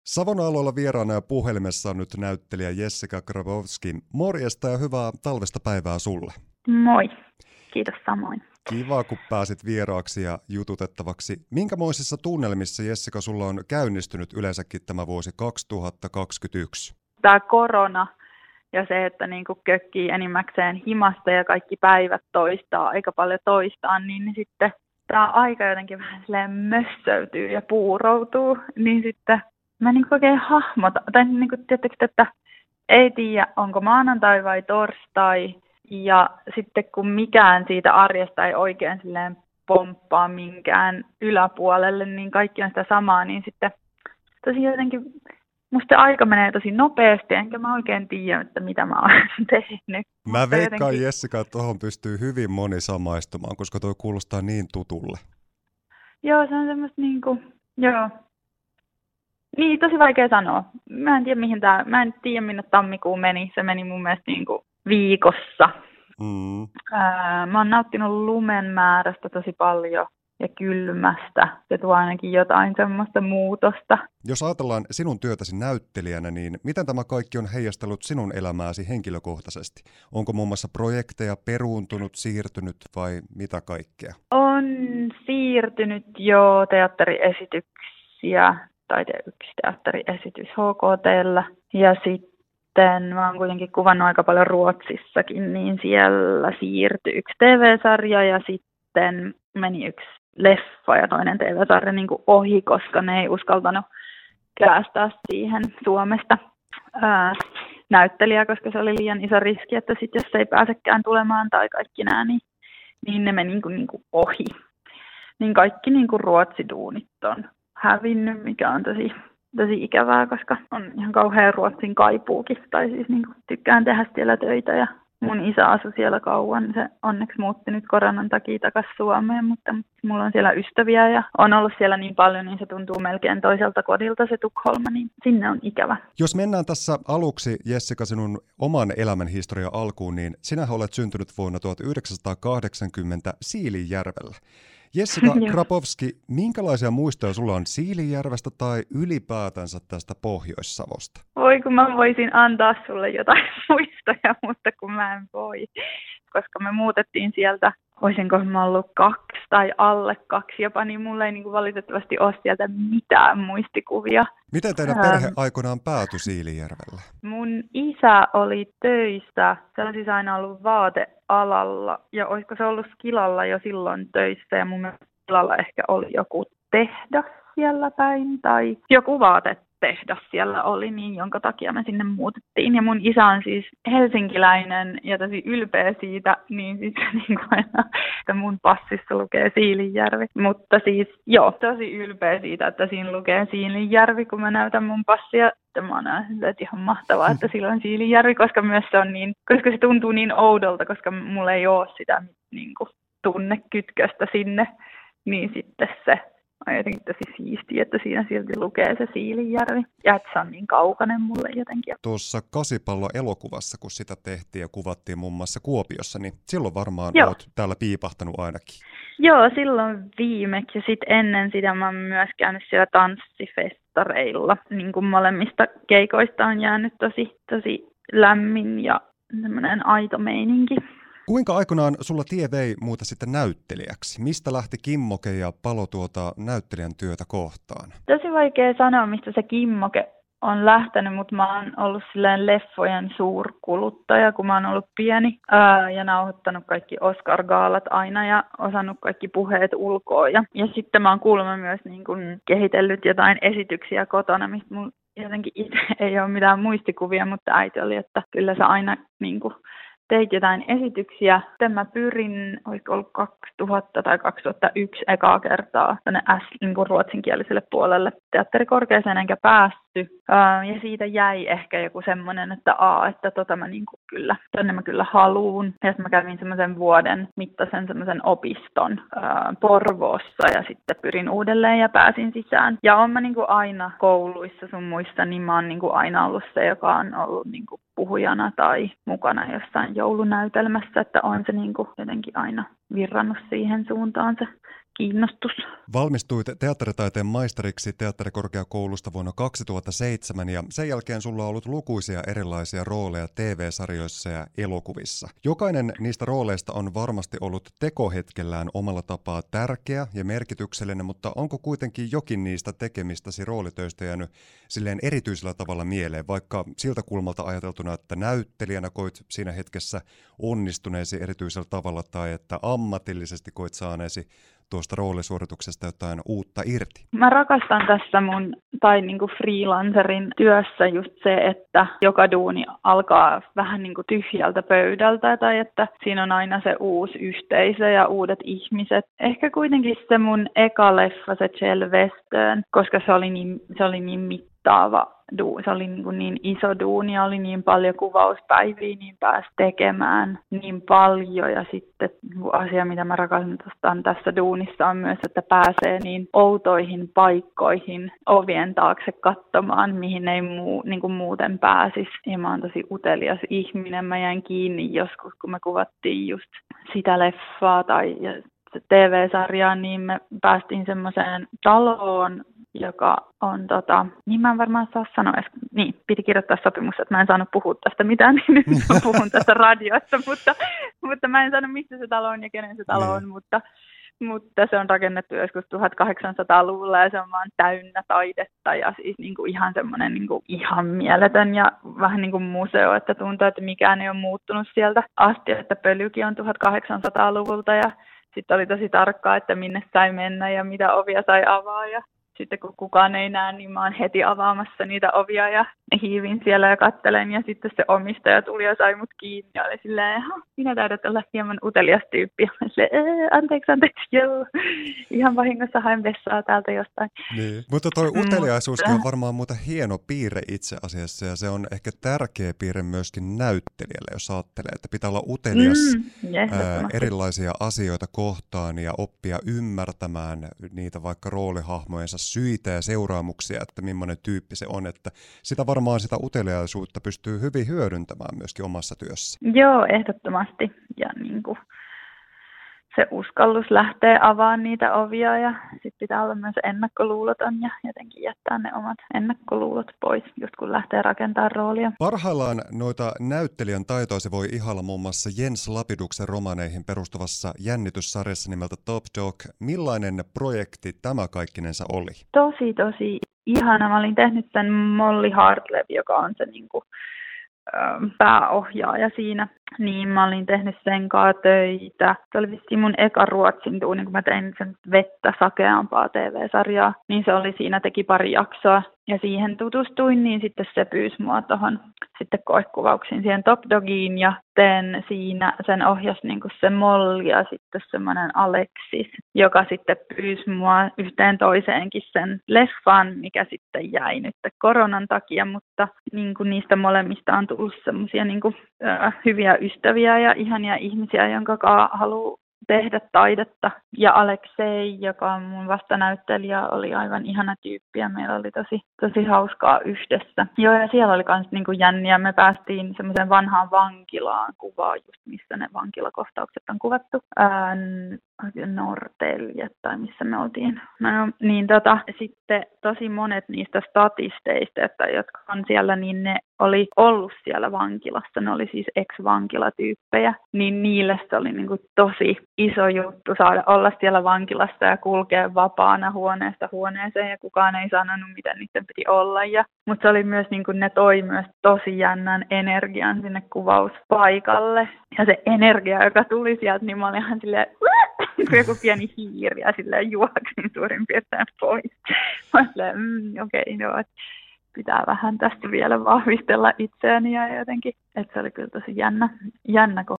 Savonaaloilla vieraana ja puhelimessa on nyt näyttelijä Jessica Grabowski. Morjesta ja hyvää talvesta päivää sulle. Moi, kiitos samoin. Kiva, kun pääsit vieraaksi ja jututettavaksi. Minkämoisissa tunnelmissa, Jessica, sulla on käynnistynyt yleensäkin tämä vuosi 2021? Tämä korona ja se, että niinku kökkii enimmäkseen himasta ja kaikki päivät toistaa aika paljon toistaan, niin sitten tämä aika jotenkin vähän silleen mössöytyy ja puuroutuu, niin sitten mä niinku oikein hahmotan, tai niinku tietysti, että ei tiedä, onko maanantai vai torstai, ja sitten kun mikään siitä arjesta ei oikein silleen pomppaa minkään yläpuolelle, niin kaikki on sitä samaa, niin sitten tosi jotenkin musta aika menee tosi nopeasti, enkä mä oikein tiedä, että mitä mä oon tehnyt. Mä veikkaan, Jessica, että tuohon pystyy hyvin moni samaistumaan, koska toi kuulostaa niin tutulle. Joo, se on semmoista joo. Niin, tosi vaikea sanoa. Mä en tiedä minne tammikuu meni. Se meni mun mielestä viikossa. Mä oon nauttinut lumen määrästä tosi paljon ja kylmästä. Se tuo ainakin jotain semmoista muutosta. Jos ajatellaan sinun työtäsi näyttelijänä, niin miten tämä kaikki on heijastellut sinun elämääsi henkilökohtaisesti? Onko muun muassa projekteja peruuntunut, siirtynyt vai mitä kaikkea? On siirtynyt jo teatteriesityksiä. Yksi teatteriesitys HKT:llä. Ja sitten mä oon kuitenkin kuvannut aika paljon Ruotsissakin, niin siellä siirtyi yksi TV-sarja ja sitten meni yksi leffa ja toinen TV-sarja niin kuin ohi, koska ne ei uskaltanut käästää siihen Suomesta näyttelijää, koska se oli liian iso riski, että sit jos ei pääsekään tulemaan tai kaikki nämä, niin ne meni niin kuin ohi. Niin kaikki niin kuin ruotsiduunit on hävinnyt, mikä on tosi ikävää, koska on ihan kauhean Ruotsin kaipuukin. Tai siis tykkään tehdä siellä töitä ja mun isä asui siellä kauan. Se onneksi muutti nyt koronan takia takaisin Suomeen, mutta mulla on siellä ystäviä ja on ollut siellä niin paljon, niin se tuntuu melkein toiselta kodilta se Tukholma, niin sinne on ikävä. Jos mennään tässä aluksi, Jessica, sinun oman elämän historia alkuun, niin sinähän olet syntynyt vuonna 1980 Siilinjärvellä. Jessica Grabowski, minkälaisia muistoja sulla on Siilinjärvestä tai ylipäätänsä tästä Pohjois-Savosta? Voi kun mä voisin antaa sulle jotain muistoja, mutta kun mä en voi, koska me muutettiin sieltä, voisinko mä ollut 2 tai alle 2 jopa, niin mulla ei valitettavasti ole sieltä mitään muistikuvia. Miten teidän perhe aikoinaan päätyi Siilinjärvelle? Mun isä oli töissä, se on siis aina ollut vaatealalla ja olisiko se ollut Skilalla jo silloin töissä ja mun mielestä Skilalla ehkä oli joku tehdas siellä päin tai joku vaatetehdas siellä oli, niin jonka takia me sinne muutettiin. Ja mun isä on siis helsinkiläinen ja tosi ylpeä siitä, niin siis aina, että mun passissa lukee Siilinjärvi. Mutta siis joo, tosi ylpeä siitä, että siinä lukee Siilinjärvi, kun mä näytän mun passia. Mä oon että ihan mahtavaa, että sillä on Siilinjärvi, koska myös se on koska se tuntuu niin oudolta, koska mulla ei ole sitä tunnekytköstä sinne, niin sitten se on jotenkin tosi siistiä, että siinä silti lukee se Siilinjärvi. Ja että se on niin kaukainen mulle jotenkin. Tuossa Kasipallo-elokuvassa, kun sitä tehtiin ja kuvattiin muun muassa Kuopiossa, niin silloin varmaan olet täällä piipahtanut ainakin. Joo, silloin viimeksi. Ja sitten ennen sitä mä oon myös käynyt siellä tanssifestareilla. Niin kuin molemmista keikoista on jäänyt tosi lämmin ja semmoinen aito meininki. Kuinka aikoinaan sulla tie vei muuta sitten näyttelijäksi? Mistä lähti kimmoke ja palo näyttelijän työtä kohtaan? Tosi vaikea sanoa, mistä se kimmoke on lähtenyt, mutta mä oon ollut silleen leffojen suurkuluttaja, kun mä oon ollut pieni ja nauhoittanut kaikki Oscar-gaalat aina ja osannut kaikki puheet ulkoa. Ja sitten mä oon kuulemma myös kehitellyt jotain esityksiä kotona, mistä mun jotenkin itse ei ole mitään muistikuvia, mutta äiti oli, että kyllä sä aina teit jotain esityksiä. Sitten mä pyrin, olisiko ollut 2000 tai 2001 ekaa kertaa tänne ruotsinkieliselle puolelle teatterikorkeaseen enkä päästy. Ja siitä jäi ehkä joku semmoinen, että tänne mä kyllä haluun. Ja sitten mä kävin semmoisen vuoden mittaisen semmoisen opiston Porvoossa ja sitten pyrin uudelleen ja pääsin sisään. Ja oon mä aina kouluissa sun muissa, niin mä oon aina ollut se, joka on ollut puhujana tai mukana jossain joulunäytelmässä, että on se jotenkin aina virrannut siihen suuntaan se kiinnostus. Valmistuit teatteritaiteen maisteriksi teatterikorkeakoulusta vuonna 2007 ja sen jälkeen sulla on ollut lukuisia erilaisia rooleja TV-sarjoissa ja elokuvissa. Jokainen niistä rooleista on varmasti ollut tekohetkellään omalla tapaa tärkeä ja merkityksellinen, mutta onko kuitenkin jokin niistä tekemistäsi roolitöistä jäänyt silleen erityisellä tavalla mieleen, vaikka siltä kulmalta ajateltuna, että näyttelijänä koit siinä hetkessä onnistuneesi erityisellä tavalla tai että ammatillisesti koit saaneesi tuosta roolisuorituksesta jotain uutta irti? Mä rakastan tässä niinku freelancerin työssä just se, että joka duuni alkaa vähän niinku tyhjältä pöydältä tai että siinä on aina se uusi yhteisö ja uudet ihmiset. Ehkä kuitenkin se mun eka leffa, se Kjell Westön, koska se oli niin mittaava. Se oli niin iso duuni ja oli niin paljon kuvauspäiviä, niin pääsi tekemään niin paljon. Ja sitten asia, mitä mä rakastan tässä duunissa on myös, että pääsee niin outoihin paikkoihin ovien taakse katsomaan, mihin ei muuten pääsisi. Ja mä oon tosi utelias ihminen. Mä jäin kiinni joskus, kun me kuvattiin just sitä leffaa tai TV-sarjaa, niin me päästiin semmoiseen taloon, joka on, niin mä en varmaan saa sanoa edes, niin, piti kirjoittaa sopimus, että mä en saanut puhua tästä mitään, niin nyt mä puhun tästä radiosta, mutta mä en sano, missä se talo on ja kenen se talo on, mutta se on rakennettu joskus 1800-luvulla ja se on vaan täynnä taidetta ja siis niinku ihan semmoinen niinku ihan mieletön ja vähän niin kuin museo, että tuntuu, että mikään ei ole muuttunut sieltä asti, että pölykin on 1800-luvulta ja sitten oli tosi tarkkaa, että minne sai mennä ja mitä ovia sai avaa ja sitten kun kukaan ei näe, niin mä oon heti avaamassa niitä ovia ja hiivin siellä ja kattelen. Ja sitten se omistaja tuli ja sai mut kiinni ja oli silleen, minä taidat olla hieman utelias tyyppi. Ja silleen, anteeksi, joo. Ihan vahingossa haen vessaa täältä jostain. Niin. Mutta toi uteliaisuuskin on varmaan muuten hieno piirre itse asiassa. Ja se on ehkä tärkeä piirre myöskin näyttelijälle, jos ajattelee, että pitää olla utelias erilaisia asioita kohtaan ja oppia ymmärtämään niitä vaikka roolihahmojensa syitä ja seuraamuksia, että millainen tyyppi se on, että sitä uteliaisuutta pystyy hyvin hyödyntämään myöskin omassa työssä. Joo, ehdottomasti. Ja niin kuin se uskallus lähtee avaamaan niitä ovia ja sitten pitää olla myös ennakkoluuloton ja jotenkin jättää ne omat ennakkoluulot pois, just kun lähtee rakentamaan roolia. Parhaillaan noita näyttelijän taitoja se voi ihailla muun muassa Jens Lapiduksen romaneihin perustuvassa jännityssarjassa nimeltä Top Dog. Millainen projekti tämä kaikkinensa oli? Tosi ihana. Mä olin tehnyt sen Molly Hartlev, joka on se niinku pääohjaaja siinä, niin mä olin tehnyt sen kanssa töitä. Se oli vissiin mun eka ruotsin duuni, kun mä tein sen vettä sakeampaa TV-sarjaa, niin se oli siinä, teki pari jaksoa ja siihen tutustuin, niin sitten se pyysi mua tuohon sitten koekuvauksiin siihen Top Dogiin ja siinä sen ohjasi niin kuin se Molly ja sitten semmoinen Alexis, joka sitten pyysi mua yhteen toiseenkin sen leffaan, mikä sitten jäi nyt koronan takia, mutta niin kuin niistä molemmista on tullut semmoisia niin kuin hyviä ystäviä ja ihania ihmisiä, jonka kanssa haluaa tehdä taidetta. Ja Aleksei, joka on mun vastanäyttelijä, oli aivan ihana tyyppi ja meillä oli tosi hauskaa yhdessä. Joo, ja siellä oli kans niinku jänniä. Me päästiin semmoiseen vanhaan vankilaan kuvaan, just missä ne vankilakohtaukset on kuvattu. Nortelje tai missä me oltiin. No, niin sitten tosi monet niistä statisteista, jotka on siellä, niin ne oli ollut siellä vankilassa. Ne oli siis ex-vankilatyyppejä. Niin niille se oli niinku tosi iso juttu saada olla siellä vankilassa ja kulkea vapaana huoneesta huoneeseen ja kukaan ei sanonut, miten niiden piti olla. Mutta se oli myös, niinku, ne toi myös tosi jännän energian sinne kuvauspaikalle. Ja se energia, joka tuli sieltä, niin mä olin ihan silleen, kuin joku pieni hiiri ja silleen juoksin suurin piirtein pois. Mä silleen, okei, pitää vähän tästä vielä vahvistella itseäni ja jotenkin, että se oli kyllä tosi jännä